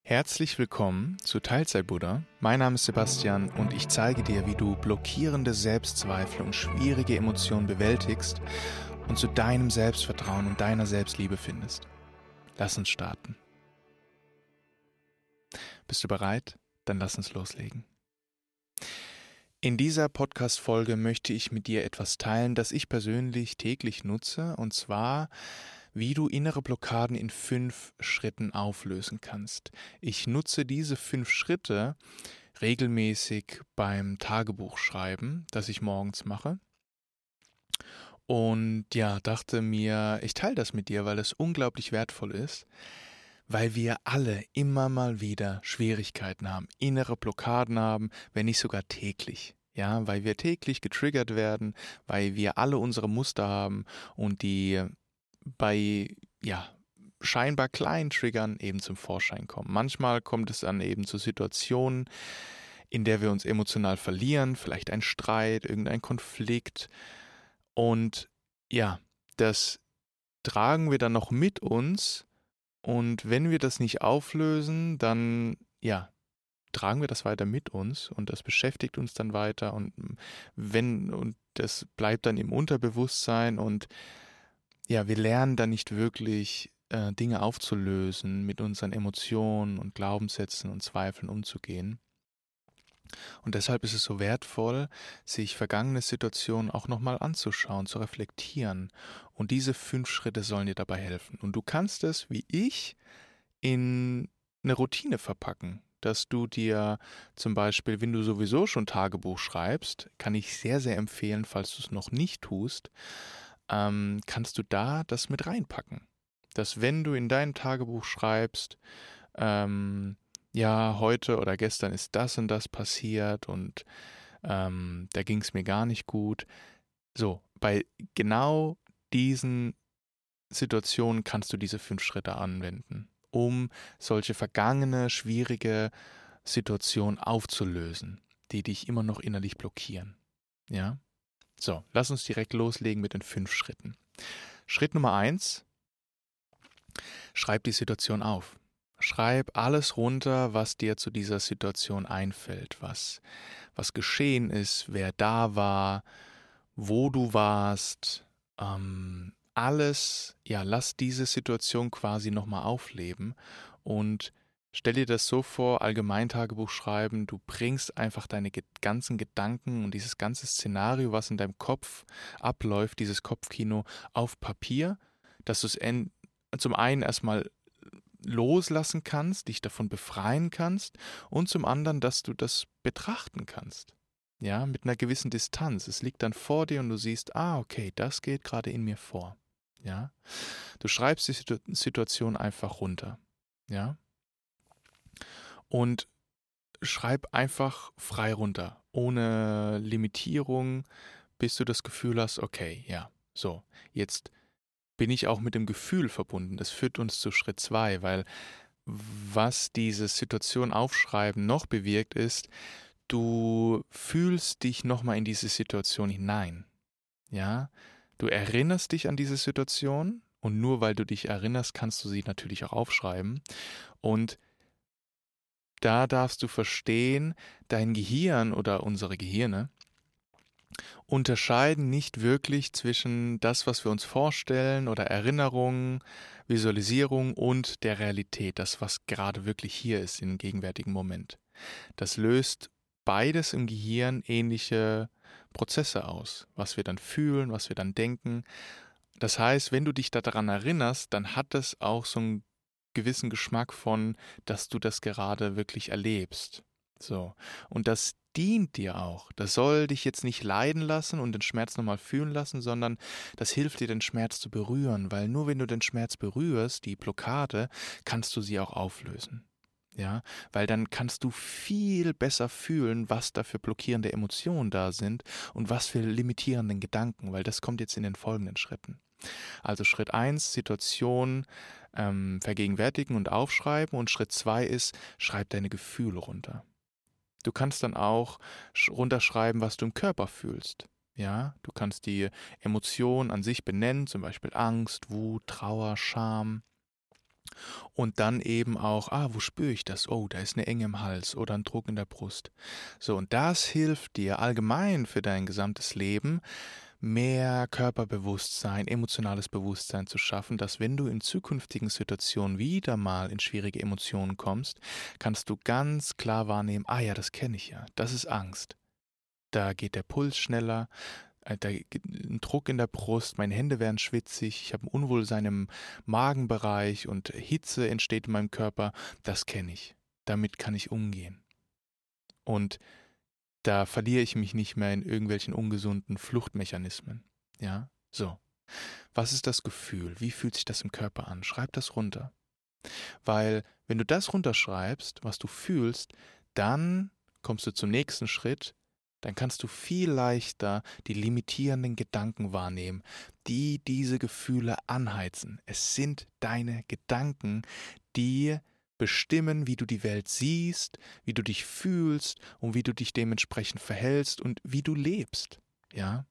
Herzlich willkommen zu Teilzeit Buddha. Mein Name ist Sebastian und ich zeige dir, wie du blockierende Selbstzweifel und schwierige Emotionen bewältigst und zu deinem Selbstvertrauen und deiner Selbstliebe findest. Lass uns starten. Bist du bereit? Dann lass uns loslegen. In dieser Podcast-Folge möchte ich mit dir etwas teilen, das ich persönlich täglich nutze, und zwar, wie du innere Blockaden in 5 Schritten auflösen kannst. Ich nutze diese 5 Schritte regelmäßig beim Tagebuchschreiben, das ich morgens mache. Und ja, dachte mir, ich teile das mit dir, weil es unglaublich wertvoll ist, weil wir alle immer mal wieder Schwierigkeiten haben, innere Blockaden haben, wenn nicht sogar täglich. Ja, weil wir täglich getriggert werden, weil wir alle unsere Muster haben und die bei scheinbar kleinen Triggern eben zum Vorschein kommen. Manchmal kommt es dann eben zu Situationen, in der wir uns emotional verlieren, vielleicht ein Streit, irgendein Konflikt. Und ja, das tragen wir dann noch mit uns. Und wenn wir das nicht auflösen, dann tragen wir das weiter mit uns und das beschäftigt uns dann weiter und das bleibt dann im Unterbewusstsein und ja, wir lernen dann nicht wirklich Dinge aufzulösen, mit unseren Emotionen und Glaubenssätzen und Zweifeln umzugehen. Und deshalb ist es so wertvoll, sich vergangene Situationen auch nochmal anzuschauen, zu reflektieren. Und diese 5 Schritte sollen dir dabei helfen. Und du kannst es, wie ich, in eine Routine verpacken, dass du dir zum Beispiel, wenn du sowieso schon Tagebuch schreibst, kann ich sehr, sehr empfehlen, falls du es noch nicht tust, kannst du da das mit reinpacken. Dass wenn du in dein Tagebuch schreibst, heute oder gestern ist das und das passiert und da ging es mir gar nicht gut. So, bei genau diesen Situationen kannst du diese 5 Schritte anwenden, um solche vergangene, schwierige Situationen aufzulösen, die dich immer noch innerlich blockieren. Ja? So, lass uns direkt loslegen mit den 5 Schritten. Schritt Nummer 1, schreib die Situation auf. Schreib alles runter, was dir zu dieser Situation einfällt, was geschehen ist, wer da war, wo du warst, alles, lass diese Situation quasi nochmal aufleben und stell dir das so vor, Allgemeintagebuch schreiben, du bringst einfach deine ganzen Gedanken und dieses ganze Szenario, was in deinem Kopf abläuft, dieses Kopfkino auf Papier, dass du es zum einen erstmal loslassen kannst, dich davon befreien kannst und zum anderen, dass du das betrachten kannst. Ja, mit einer gewissen Distanz. Es liegt dann vor dir und du siehst, okay, das geht gerade in mir vor. Ja, du schreibst die Situation einfach runter. Ja, und schreib einfach frei runter, ohne Limitierung, bis du das Gefühl hast, okay, jetzt bin ich auch mit dem Gefühl verbunden. Das führt uns zu Schritt 2, weil was diese Situation aufschreiben noch bewirkt ist, du fühlst dich nochmal in diese Situation hinein. Ja, du erinnerst dich an diese Situation und nur weil du dich erinnerst, kannst du sie natürlich auch aufschreiben. Und da darfst du verstehen, dein Gehirn oder unsere Gehirne unterscheiden nicht wirklich zwischen das, was wir uns vorstellen oder Erinnerungen, Visualisierung und der Realität, das, was gerade wirklich hier ist im gegenwärtigen Moment. Das löst beides im Gehirn ähnliche Prozesse aus, was wir dann fühlen, was wir dann denken. Das heißt, wenn du dich daran erinnerst, dann hat es auch so einen gewissen Geschmack von, dass du das gerade wirklich erlebst. So. Und das dient dir auch. Das soll dich jetzt nicht leiden lassen und den Schmerz nochmal fühlen lassen, sondern das hilft dir, den Schmerz zu berühren, weil nur wenn du den Schmerz berührst, die Blockade, kannst du sie auch auflösen. Ja, weil dann kannst du viel besser fühlen, was da für blockierende Emotionen da sind und was für limitierenden Gedanken, weil das kommt jetzt in den folgenden Schritten. Also Schritt 1, Situation vergegenwärtigen und aufschreiben, und Schritt 2 ist, schreib deine Gefühle runter. Du kannst dann auch runterschreiben, was du im Körper fühlst. Ja, du kannst die Emotionen an sich benennen, zum Beispiel Angst, Wut, Trauer, Scham. Und dann eben auch, wo spüre ich das? Oh, da ist eine Enge im Hals oder ein Druck in der Brust. So, und das hilft dir allgemein für dein gesamtes Leben, mehr Körperbewusstsein, emotionales Bewusstsein zu schaffen, dass wenn du in zukünftigen Situationen wieder mal in schwierige Emotionen kommst, kannst du ganz klar wahrnehmen, ja, das kenne ich ja, das ist Angst. Da geht der Puls schneller, da ein Druck in der Brust, meine Hände werden schwitzig, ich habe ein Unwohlsein im Magenbereich und Hitze entsteht in meinem Körper, das kenne ich. Damit kann ich umgehen. Und da verliere ich mich nicht mehr in irgendwelchen ungesunden Fluchtmechanismen. Ja, so. Was ist das Gefühl? Wie fühlt sich das im Körper an? Schreib das runter. Weil, wenn du das runterschreibst, was du fühlst, dann kommst du zum nächsten Schritt. Dann kannst du viel leichter die limitierenden Gedanken wahrnehmen, die diese Gefühle anheizen. Es sind deine Gedanken, die bestimmen, wie du die Welt siehst, wie du dich fühlst und wie du dich dementsprechend verhältst und wie du lebst. Ja?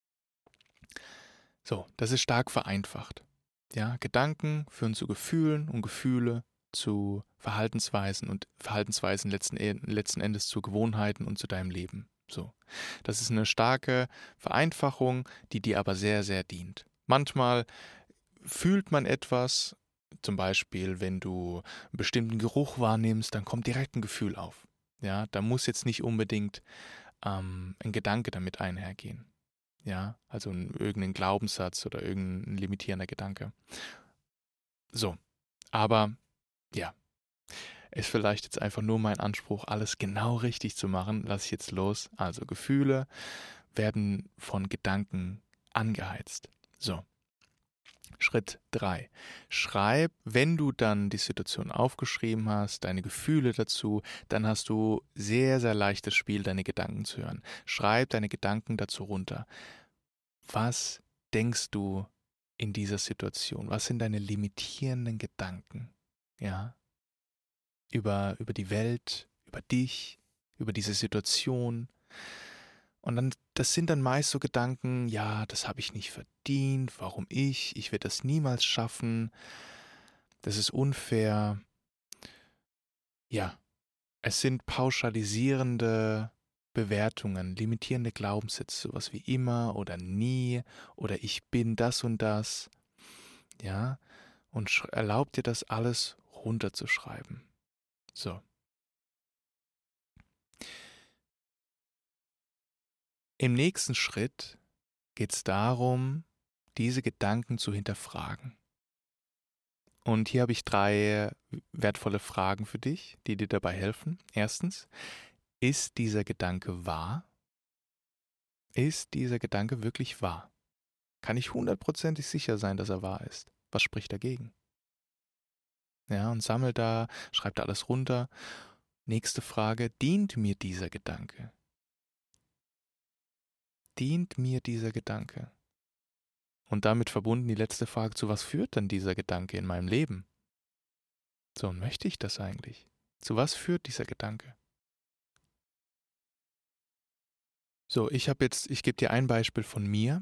So, das ist stark vereinfacht. Ja, Gedanken führen zu Gefühlen und Gefühle zu Verhaltensweisen und Verhaltensweisen letzten Endes zu Gewohnheiten und zu deinem Leben. So. Das ist eine starke Vereinfachung, die dir aber sehr, sehr dient. Manchmal fühlt man etwas, zum Beispiel, wenn du einen bestimmten Geruch wahrnimmst, dann kommt direkt ein Gefühl auf. Ja, da muss jetzt nicht unbedingt ein Gedanke damit einhergehen. Ja, also irgendein Glaubenssatz oder irgendein limitierender Gedanke. So, aber ja, ist vielleicht jetzt einfach nur mein Anspruch, alles genau richtig zu machen. Lass ich jetzt los. Also Gefühle werden von Gedanken angeheizt. So, Schritt 3. Schreib, wenn du dann die Situation aufgeschrieben hast, deine Gefühle dazu, dann hast du sehr, sehr leichtes Spiel, deine Gedanken zu hören. Schreib deine Gedanken dazu runter. Was denkst du in dieser Situation? Was sind deine limitierenden Gedanken? Ja, über die Welt, über dich, über diese Situation. Und dann, das sind dann meist so Gedanken, ja, das habe ich nicht verdient, warum ich? Ich werde das niemals schaffen, das ist unfair. Ja, es sind pauschalisierende Bewertungen, limitierende Glaubenssätze, sowas wie immer oder nie oder ich bin das und das. Ja, und erlaub dir das alles runterzuschreiben. So. Im nächsten Schritt geht es darum, diese Gedanken zu hinterfragen. Und hier habe ich 3 wertvolle Fragen für dich, die dir dabei helfen. Erstens, ist dieser Gedanke wahr? Ist dieser Gedanke wirklich wahr? Kann ich 100%ig sicher sein, dass er wahr ist? Was spricht dagegen? Ja, und schreib da alles runter. Nächste Frage, dient mir dieser Gedanke? Dient mir dieser Gedanke? Und damit verbunden die letzte Frage, zu was führt denn dieser Gedanke in meinem Leben? So, und möchte ich das eigentlich? Zu was führt dieser Gedanke? So, ich gebe dir ein Beispiel von mir.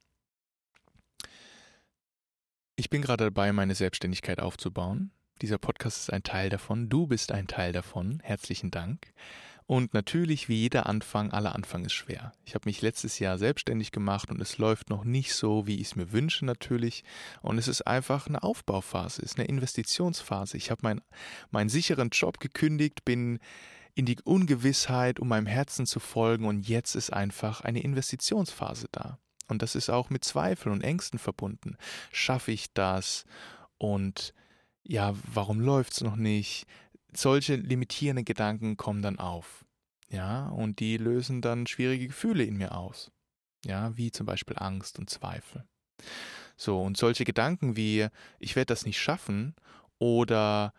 Ich bin gerade dabei, meine Selbstständigkeit aufzubauen. Dieser Podcast ist ein Teil davon. Du bist ein Teil davon. Herzlichen Dank. Und natürlich, wie jeder Anfang, aller Anfang ist schwer. Ich habe mich letztes Jahr selbstständig gemacht und es läuft noch nicht so, wie ich es mir wünsche natürlich. Und es ist einfach eine Aufbauphase, es ist eine Investitionsphase. Ich habe meinen sicheren Job gekündigt, bin in die Ungewissheit, um meinem Herzen zu folgen und jetzt ist einfach eine Investitionsphase da. Und das ist auch mit Zweifeln und Ängsten verbunden. Schaffe ich das? Und ja, warum läuft es noch nicht? Solche limitierenden Gedanken kommen dann auf. Ja, und die lösen dann schwierige Gefühle in mir aus. Ja, wie zum Beispiel Angst und Zweifel. So, und solche Gedanken wie, ich werde das nicht schaffen oder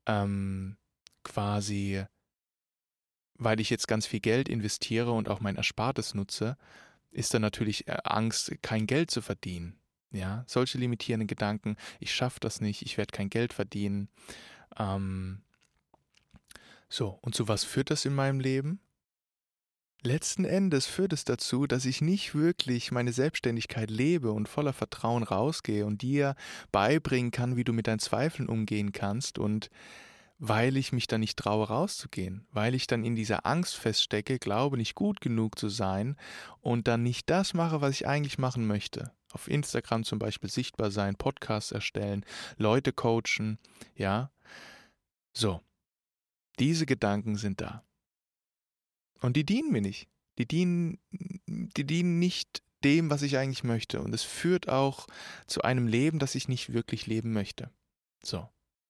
quasi, weil ich jetzt ganz viel Geld investiere und auch mein Erspartes nutze, ist dann natürlich Angst, kein Geld zu verdienen. Ja, solche limitierenden Gedanken, ich schaffe das nicht, ich werde kein Geld verdienen. So, und zu was führt das in meinem Leben? letzten Endes führt es dazu, dass ich nicht wirklich meine Selbstständigkeit lebe und voller Vertrauen rausgehe und dir beibringen kann, wie du mit deinen Zweifeln umgehen kannst, und weil ich mich dann nicht traue, rauszugehen, weil ich dann in dieser Angst feststecke, glaube nicht gut genug zu sein und dann nicht das mache, was ich eigentlich machen möchte. Auf Instagram zum Beispiel sichtbar sein, Podcasts erstellen, Leute coachen, ja. So, diese Gedanken sind da. Und die dienen mir nicht. Die dienen nicht dem, was ich eigentlich möchte. Und es führt auch zu einem Leben, das ich nicht wirklich leben möchte. So.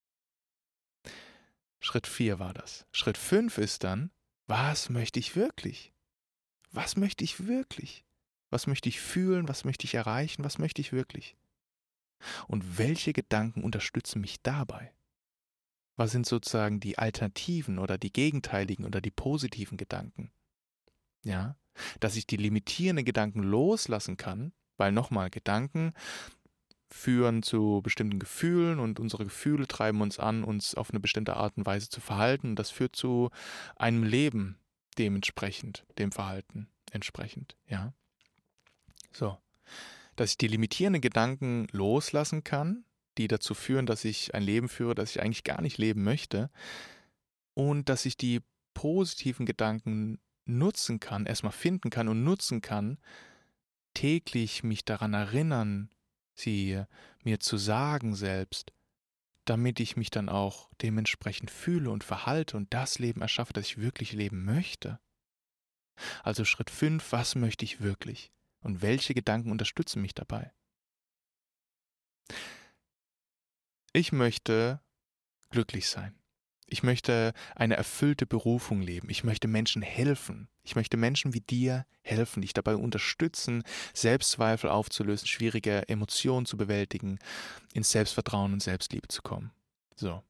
Schritt 4 war das. Schritt 5 ist dann, was möchte ich wirklich? Was möchte ich wirklich? Was möchte ich fühlen? Was möchte ich erreichen? Was möchte ich wirklich? Und welche Gedanken unterstützen mich dabei? Was sind sozusagen die alternativen oder die gegenteiligen oder die positiven Gedanken? Ja, dass ich die limitierenden Gedanken loslassen kann, weil nochmal, Gedanken führen zu bestimmten Gefühlen und unsere Gefühle treiben uns an, uns auf eine bestimmte Art und Weise zu verhalten. Und das führt zu einem Leben dementsprechend, dem Verhalten entsprechend, ja. So, dass ich die limitierenden Gedanken loslassen kann, die dazu führen, dass ich ein Leben führe, das ich eigentlich gar nicht leben möchte, und dass ich die positiven Gedanken nutzen kann, erstmal finden kann und nutzen kann, täglich mich daran erinnern, sie mir zu sagen selbst, damit ich mich dann auch dementsprechend fühle und verhalte und das Leben erschaffe, das ich wirklich leben möchte. Also Schritt 5: was möchte ich wirklich? Und welche Gedanken unterstützen mich dabei? Ich möchte glücklich sein. Ich möchte eine erfüllte Berufung leben. Ich möchte Menschen helfen. Ich möchte Menschen wie dir helfen, dich dabei unterstützen, Selbstzweifel aufzulösen, schwierige Emotionen zu bewältigen, ins Selbstvertrauen und Selbstliebe zu kommen. So.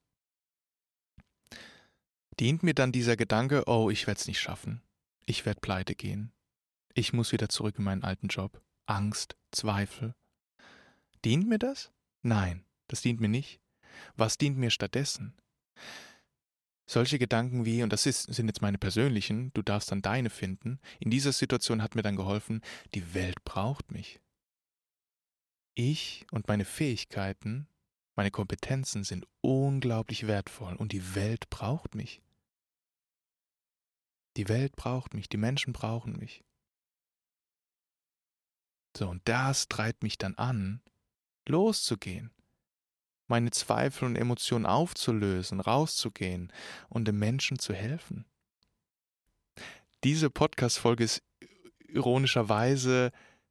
Dient mir dann dieser Gedanke, oh, ich werde es nicht schaffen. Ich werde pleite gehen. Ich muss wieder zurück in meinen alten Job. Angst, Zweifel. Dient mir das? Nein, das dient mir nicht. Was dient mir stattdessen? Solche Gedanken wie, und sind jetzt meine persönlichen, du darfst dann deine finden, in dieser Situation hat mir dann geholfen, die Welt braucht mich. Ich und meine Fähigkeiten, meine Kompetenzen sind unglaublich wertvoll und die Welt braucht mich. Die Welt braucht mich, die Menschen brauchen mich. So, und das treibt mich dann an, loszugehen, meine Zweifel und Emotionen aufzulösen, rauszugehen und den Menschen zu helfen. Diese Podcast-Folge ist ironischerweise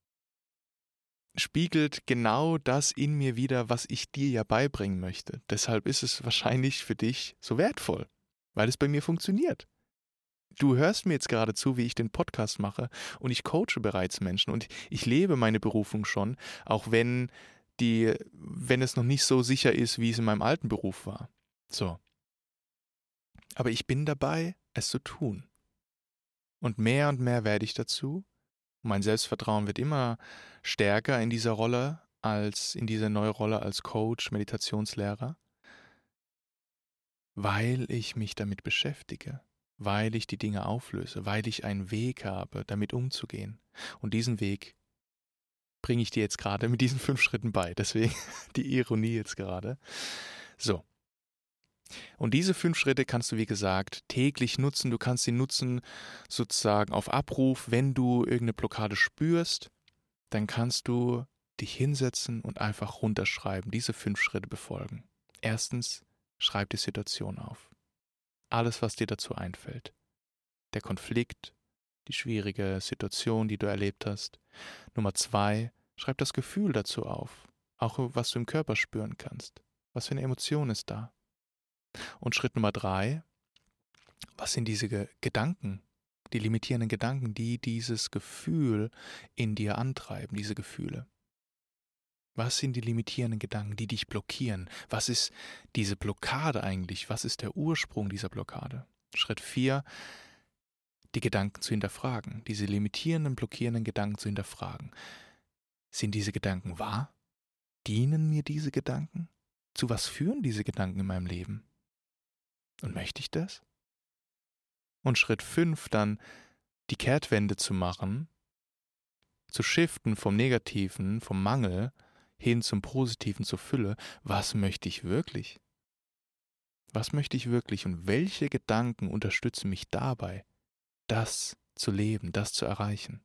spiegelt genau das in mir wider, was ich dir ja beibringen möchte. Deshalb ist es wahrscheinlich für dich so wertvoll, weil es bei mir funktioniert. Du hörst mir jetzt gerade zu, wie ich den Podcast mache, und ich coache bereits Menschen und ich lebe meine Berufung schon, auch wenn es noch nicht so sicher ist, wie es in meinem alten Beruf war. So. Aber ich bin dabei, es zu tun. Und mehr werde ich dazu. Mein Selbstvertrauen wird immer stärker in dieser Rolle, als in dieser neuen Rolle als Coach, Meditationslehrer, weil ich mich damit beschäftige, weil ich die Dinge auflöse, weil ich einen Weg habe, damit umzugehen. Und diesen Weg bringe ich dir jetzt gerade mit diesen 5 Schritten bei. Deswegen die Ironie jetzt gerade. So. Und diese 5 Schritte kannst du, wie gesagt, täglich nutzen. Du kannst sie nutzen sozusagen auf Abruf. Wenn du irgendeine Blockade spürst, dann kannst du dich hinsetzen und einfach runterschreiben, diese 5 Schritte befolgen. Erstens, schreib die Situation auf. Alles, was dir dazu einfällt. Der Konflikt, die schwierige Situation, die du erlebt hast. Nummer 2, schreib das Gefühl dazu auf. Auch was du im Körper spüren kannst. Was für eine Emotion ist da? Und Schritt Nummer 3, was sind diese Gedanken, die limitierenden Gedanken, die dieses Gefühl in dir antreiben, diese Gefühle? Was sind die limitierenden Gedanken, die dich blockieren? Was ist diese Blockade eigentlich? Was ist der Ursprung dieser Blockade? Schritt 4, die Gedanken zu hinterfragen, diese limitierenden, blockierenden Gedanken zu hinterfragen. Sind diese Gedanken wahr? Dienen mir diese Gedanken? Zu was führen diese Gedanken in meinem Leben? Und möchte ich das? Und Schritt 5 dann, die Kehrtwende zu machen, zu shiften vom Negativen, vom Mangel hin zum Positiven, zur Fülle. Was möchte ich wirklich? Was möchte ich wirklich und welche Gedanken unterstützen mich dabei, das zu leben, das zu erreichen?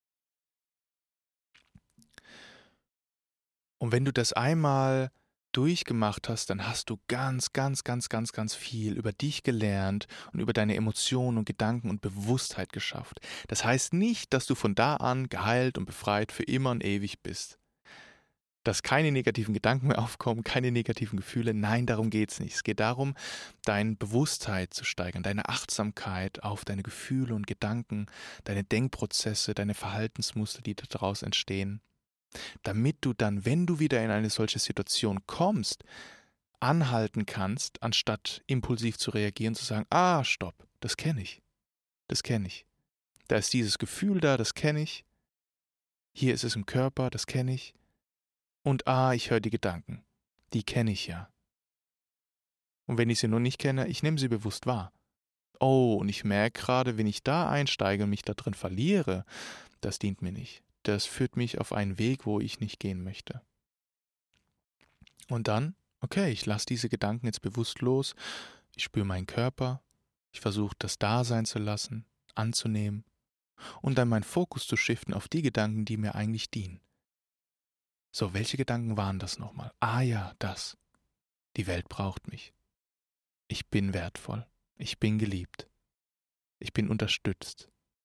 Und wenn du das einmal durchgemacht hast, dann hast du ganz, ganz, ganz, ganz, ganz viel über dich gelernt und über deine Emotionen und Gedanken und Bewusstheit geschafft. Das heißt nicht, dass du von da an geheilt und befreit für immer und ewig bist. Dass keine negativen Gedanken mehr aufkommen, keine negativen Gefühle. Nein, darum geht es nicht. Es geht darum, deine Bewusstheit zu steigern, deine Achtsamkeit auf deine Gefühle und Gedanken, deine Denkprozesse, deine Verhaltensmuster, die daraus entstehen, damit du dann, wenn du wieder in eine solche Situation kommst, anhalten kannst, anstatt impulsiv zu reagieren, zu sagen, stopp, das kenne ich, das kenne ich. Da ist dieses Gefühl da, das kenne ich. Hier ist es im Körper, das kenne ich. Und ich höre die Gedanken, die kenne ich ja. Und wenn ich sie noch nicht kenne, ich nehme sie bewusst wahr. Und ich merke gerade, wenn ich da einsteige und mich da drin verliere, das dient mir nicht. Das führt mich auf einen Weg, wo ich nicht gehen möchte. Und dann, okay, ich lasse diese Gedanken jetzt bewusst los, ich spüre meinen Körper, ich versuche das da sein zu lassen, anzunehmen und dann meinen Fokus zu shiften auf die Gedanken, die mir eigentlich dienen. So, welche Gedanken waren das nochmal? Ja, das. Die Welt braucht mich. Ich bin wertvoll. Ich bin geliebt. Ich bin unterstützt.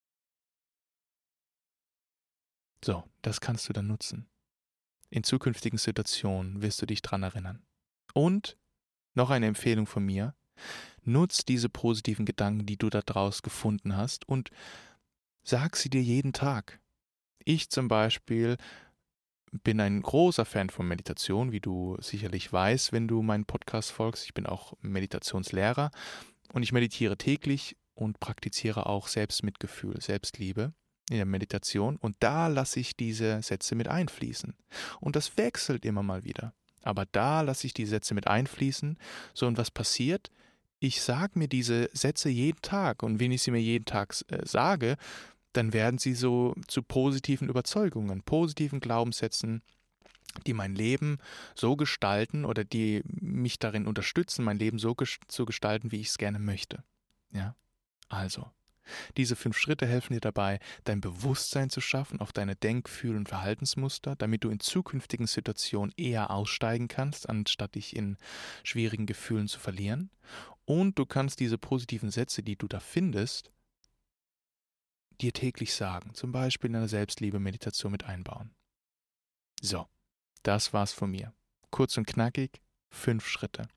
So, das kannst du dann nutzen. In zukünftigen Situationen wirst du dich dran erinnern. Und, noch eine Empfehlung von mir, nutz diese positiven Gedanken, die du da draus gefunden hast und sag sie dir jeden Tag. Ich zum Beispiel bin ein großer Fan von Meditation, wie du sicherlich weißt, wenn du meinen Podcast folgst. Ich bin auch Meditationslehrer und ich meditiere täglich und praktiziere auch Selbstmitgefühl, Selbstliebe in der Meditation und da lasse ich diese Sätze mit einfließen. Und das wechselt immer mal wieder. Aber da lasse ich die Sätze mit einfließen. So, und was passiert? Ich sage mir diese Sätze jeden Tag und wenn ich sie mir jeden Tag sage, dann werden sie so zu positiven Überzeugungen, positiven Glaubenssätzen, die mein Leben so gestalten oder die mich darin unterstützen, mein Leben so zu gestalten, wie ich es gerne möchte. Ja, also, diese 5 Schritte helfen dir dabei, dein Bewusstsein zu schaffen auf deine Denk-, Fühl- und Verhaltensmuster, damit du in zukünftigen Situationen eher aussteigen kannst, anstatt dich in schwierigen Gefühlen zu verlieren. Und du kannst diese positiven Sätze, die du da findest, dir täglich sagen, zum Beispiel in einer Selbstliebe-Meditation mit einbauen. So, das war's von mir. Kurz und knackig, 5 Schritte.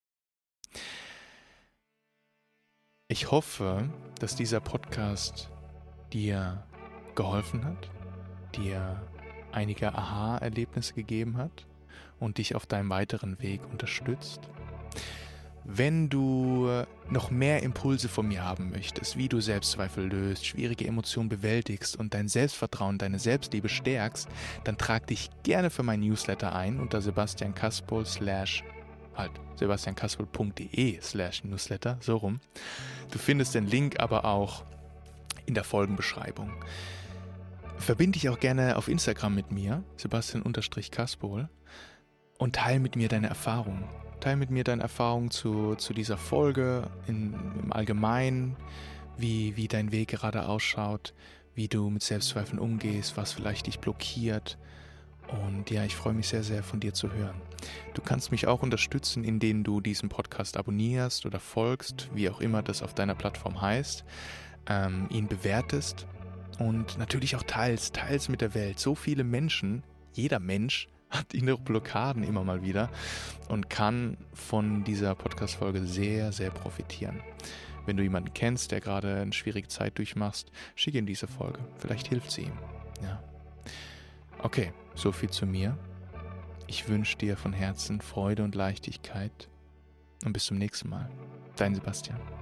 Ich hoffe, dass dieser Podcast dir geholfen hat, dir einige Aha-Erlebnisse gegeben hat und dich auf deinem weiteren Weg unterstützt. Wenn du noch mehr Impulse von mir haben möchtest, wie du Selbstzweifel löst, schwierige Emotionen bewältigst und dein Selbstvertrauen, deine Selbstliebe stärkst, dann trag dich gerne für mein Newsletter ein unter sebastiankaspel.de/newsletter, so rum. Du findest den Link aber auch in der Folgenbeschreibung. Verbinde dich auch gerne auf Instagram mit mir, Sebastian_Kaspol, und teile mit mir deine Erfahrungen. Teile mit mir deine Erfahrungen zu dieser Folge im Allgemeinen, wie dein Weg gerade ausschaut, wie du mit Selbstzweifeln umgehst, was vielleicht dich blockiert. Und ja, ich freue mich sehr, sehr von dir zu hören. Du kannst mich auch unterstützen, indem du diesen Podcast abonnierst oder folgst, wie auch immer das auf deiner Plattform heißt, ihn bewertest und natürlich auch teilst mit der Welt. So viele Menschen, jeder Mensch hat innere Blockaden immer mal wieder und kann von dieser Podcast-Folge sehr, sehr profitieren. Wenn du jemanden kennst, der gerade eine schwierige Zeit durchmacht, schicke ihm diese Folge. Vielleicht hilft sie ihm. Ja. Okay, so viel zu mir. Ich wünsche dir von Herzen Freude und Leichtigkeit und bis zum nächsten Mal. Dein Sebastian.